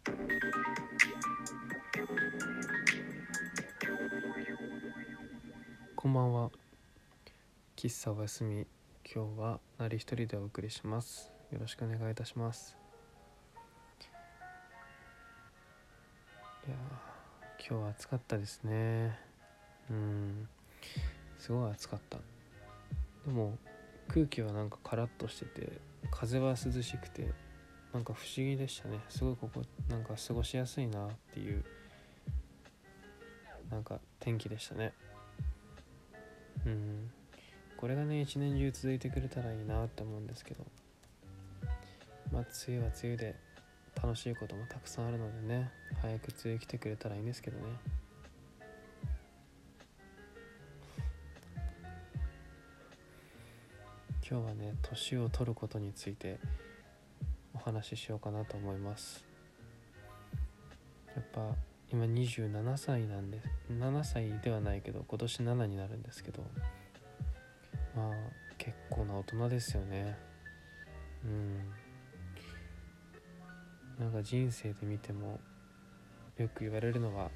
こんばんは。喫茶おやすみ。今日はなり一人でお送りします。よろしくお願いいたします。いや今日は暑かったですね。すごい暑かった。でも空気はなんかカラッとしてて、風は涼しくて、なんか不思議でしたね。すごいここなんか過ごしやすいなっていうなんか天気でしたね。これがね一年中続いてくれたらいいなって思うんですけど、梅雨は梅雨で楽しいこともたくさんあるのでね、早く梅雨来てくれたらいいんですけどね。今日はね年を取ることについてお話ししようかなと思います。やっぱ今27歳なんで、7歳ではないけど今年7になるんですけど、結構な大人ですよね。なんか人生で見てもよく言われるのは、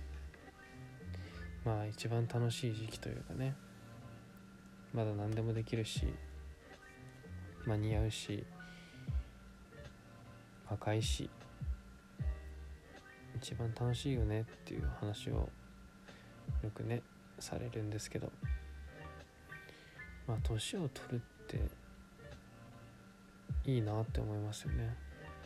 一番楽しい時期というかね、まだ何でもできるし、間に合うし、若いし、一番楽しいよねっていう話をよくねされるんですけど、年を取るっていいなって思いますよね。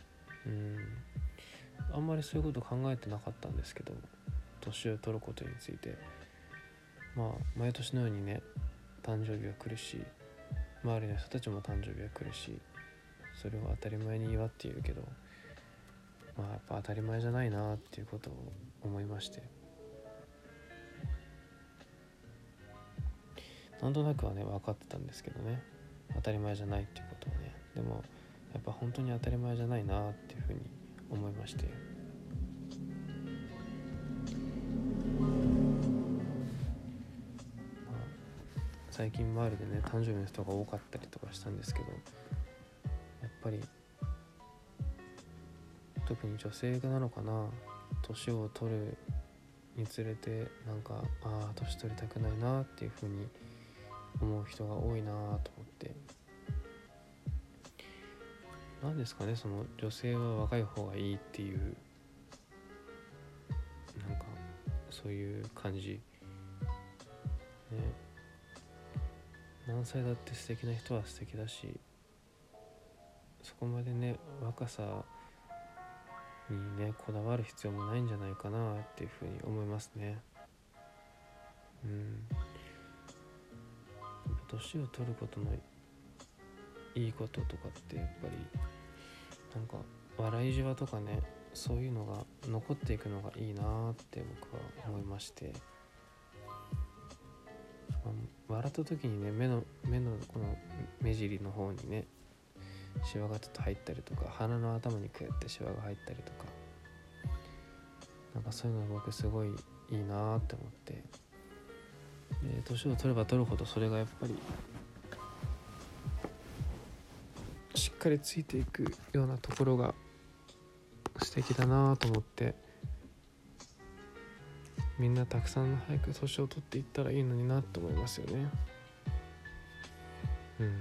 あんまりそういうこと考えてなかったんですけど、年を取ることについて毎年のようにね誕生日は来るし、周りの人たちも誕生日は来るし、それを当たり前に祝っているけど、やっぱ当たり前じゃないなっていうことを思いまして、なんとなくはね分かってたんですけどね、当たり前じゃないっていうことをね。でもやっぱ本当に当たり前じゃないなっていうふうに思いまして、最近周りでね誕生日の人が多かったりとかしたんですけど、やっぱり特に女性なのかな、年を取るにつれてなんか年取りたくないなっていうふうに思う人が多いなと思って、なんですかね、その女性は若い方がいいっていうなんかそういう感じね。何歳だって素敵な人は素敵だし、そこまでね若さにねこだわる必要もないんじゃないかなっていうふうに思いますね。年を取ることのいいこととかってやっぱりなんか笑いじわとかね、そういうのが残っていくのがいいなって僕は思いまして、笑った時にね目のこの目尻の方にねシワがちょっと入ったりとか、鼻の頭にこうやってシワが入ったりとか、なんかそういうの僕すごいいいなって思って、年を取れば取るほどそれがやっぱりしっかりついていくようなところが素敵だなと思って、みんなたくさん早く年を取っていったらいいのになと思いますよね。やっ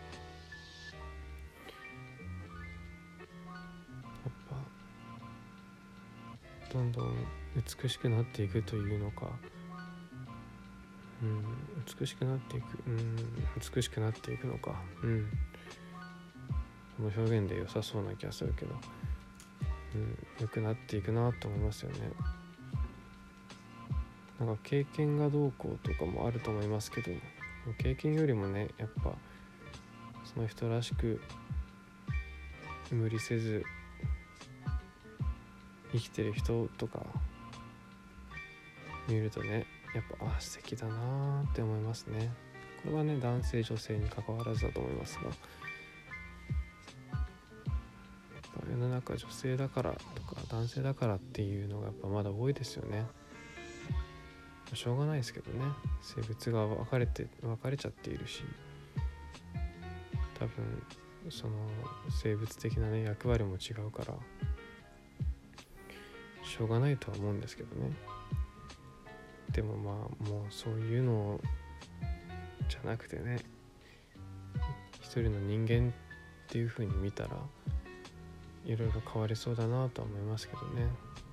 ぱどんどん美しくなっていくというのか、美しくなっていくのか、この表現で良さそうな気がするけど、良くなっていくなと思いますよね。なんか経験がどうこうとかもあると思いますけど、経験よりもねやっぱその人らしく無理せず生きてる人とか見るとね、やっぱ素敵だなって思いますね。これはね男性女性に関わらずだと思いますが、やっぱ世の中女性だからとか男性だからっていうのがやっぱまだ多いですよね。しょうがないですけどね、性別が分かれちゃっているし、多分その生物的なね役割も違うから、 しょうがないとは思うんですけどね。でもまあもうそういうのじゃなくてね、一人の人間っていう風に見たらいろいろ変わりそうだなとは思いますけどね。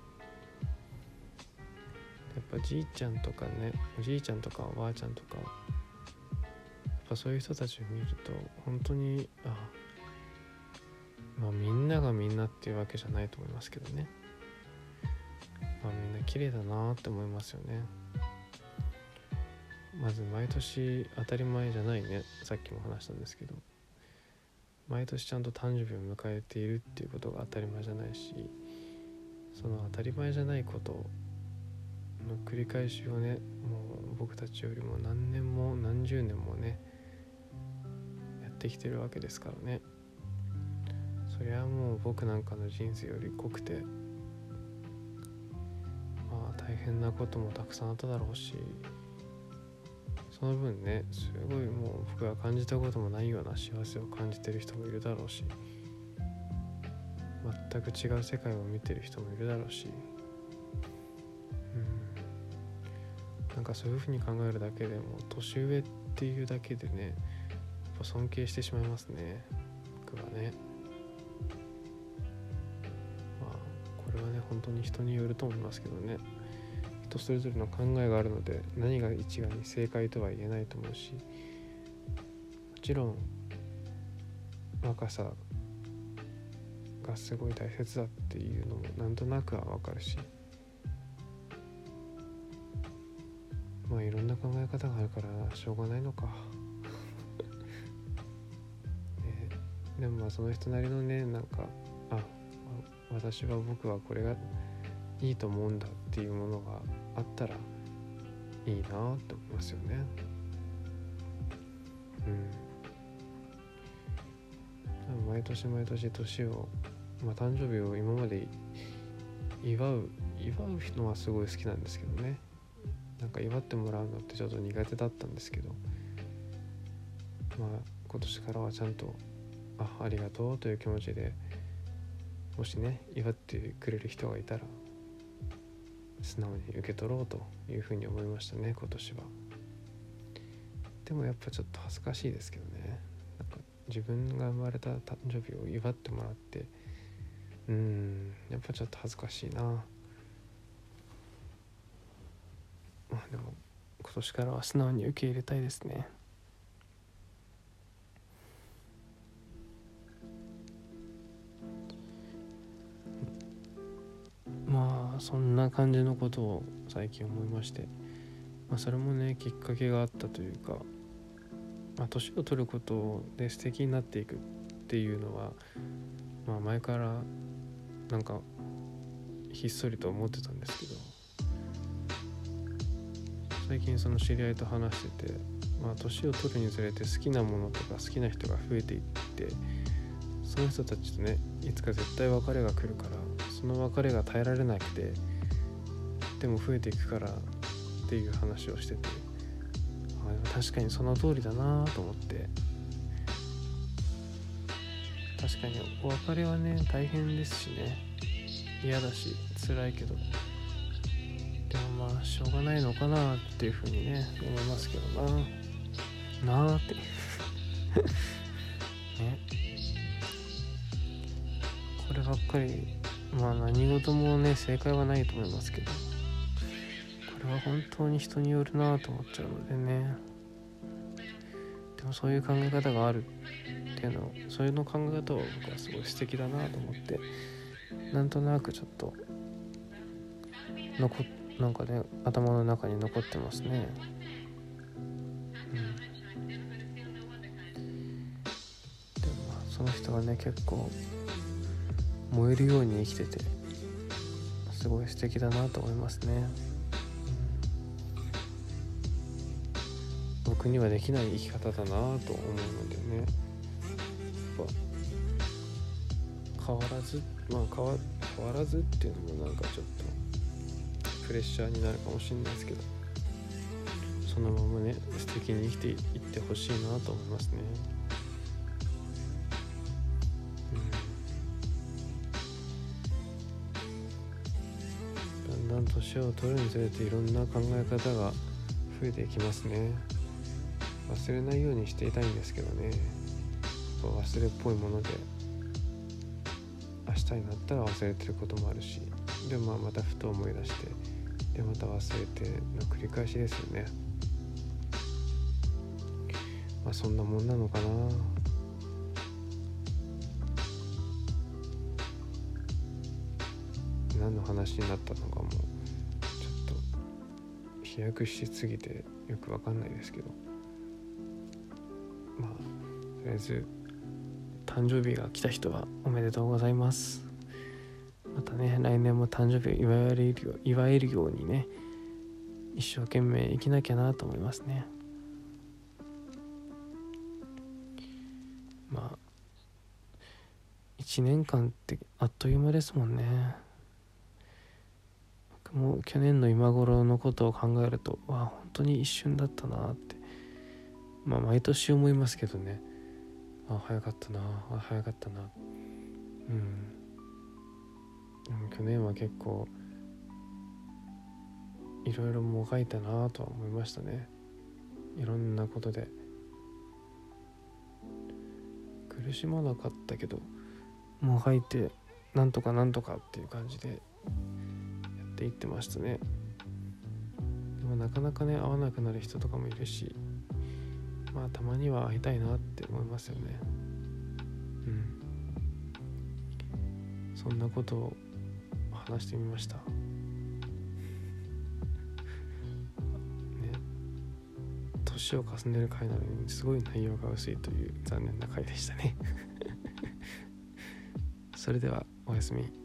やっぱじいちゃんとかね、おじいちゃんとかおばあちゃんとか、やっぱそういう人たちを見ると本当にまあみんながみんなっていうわけじゃないと思いますけどね、まあみんな綺麗だなって思いますよね。まず毎年当たり前じゃないね、さっきも話したんですけど、毎年ちゃんと誕生日を迎えているっていうことが当たり前じゃないし、その当たり前じゃないことの繰り返しをね、もう僕たちよりも何年も何十年もねやってきてるわけですからね。そりゃもう僕なんかの人生より濃くて、まあ大変なこともたくさんあっただろうし、その分ね、すごいもう僕が感じたこともないような幸せを感じてる人もいるだろうし、全く違う世界を見てる人もいるだろうし、なんかそういうふうに考えるだけでも年上っていうだけでね、やっぱ尊敬してしまいますね、僕はね。まあこれはね本当に人によると思いますけどね、人それぞれの考えがあるので何が一概に正解とは言えないと思うし、もちろん若さがすごい大切だっていうのもなんとなくはわかるし、まあいろんな考え方があるからしょうがないのか、ね、でもまあその人なりのね、なんか僕はこれがいいと思うんだっていうものがあったらいいなって思いますよね。毎年毎年年を、誕生日を今まで祝うのはすごい好きなんですけどね、なんか祝ってもらうのってちょっと苦手だったんですけど、今年からはちゃんとありがとうという気持ちで、もしね祝ってくれる人がいたら素直に受け取ろうというふうに思いましたね、今年は。でもやっぱちょっと恥ずかしいですけどね、なんか自分が生まれた誕生日を祝ってもらってやっぱちょっと恥ずかしいな。でも今年からは素直に受け入れたいですね。そんな感じのことを最近思いまして、それもねきっかけがあったというか、年を取ることで素敵になっていくっていうのは、前からなんかひっそりと思ってたんですけど、最近その知り合いと話してて、年を取るにつれて好きなものとか好きな人が増えていって、その人たちとねいつか絶対別れが来るから、その別れが耐えられなくてでも増えていくからっていう話をしてて、確かにその通りだなと思って、確かにお別れはね大変ですしね、嫌だし辛いけど、でもしょうがないのかなっていうふうにね思いますけどなーってね、こればっかり何事もね正解はないと思いますけど、これは本当に人によるなと思っちゃうのでね。でもそういう考え方があるっていうの、そういうの考え方を僕はすごい素敵だなと思って、なんとなくちょっとなんかね頭の中に残ってますね。でもその人はね結構燃えるように生きててすごい素敵だなと思いますね。僕にはできない生き方だなと思うのでね、やっぱ変わらずっていうのもなんかちょっとプレッシャーになるかもしれないですけど、そのままね素敵に生きていってほしいなと思いますね。 んだん年を取るにつれていろんな考え方が増えていきますね。忘れないようにしていたいんですけどね、忘れっぽいもので明日になったら忘れてることもあるし、でもまたふと思い出して、でまた忘れての繰り返しですよね。そんなもんなのかな。何の話になったのかもちょっと飛躍しすぎてよくわかんないですけど、とりあえず誕生日が来た人はおめでとうございます。またね、来年も誕生日を祝えるようにね、一生懸命生きなきゃなと思いますね。1年間ってあっという間ですもんね。もう去年の今頃のことを考えると、本当に一瞬だったなって、毎年思いますけどね。早かったな。でも去年は結構いろいろもがいたなとは思いましたね。いろんなことで苦しまなかったけど、もがいてなんとかっていう感じでやっていってましたね。でもなかなかね、会わなくなる人とかもいるし、たまには会いたいなって思いますよね。そんなことを話してみました。年を重ねる回なのにすごい内容が薄いという残念な回でしたね。それではおやすみ。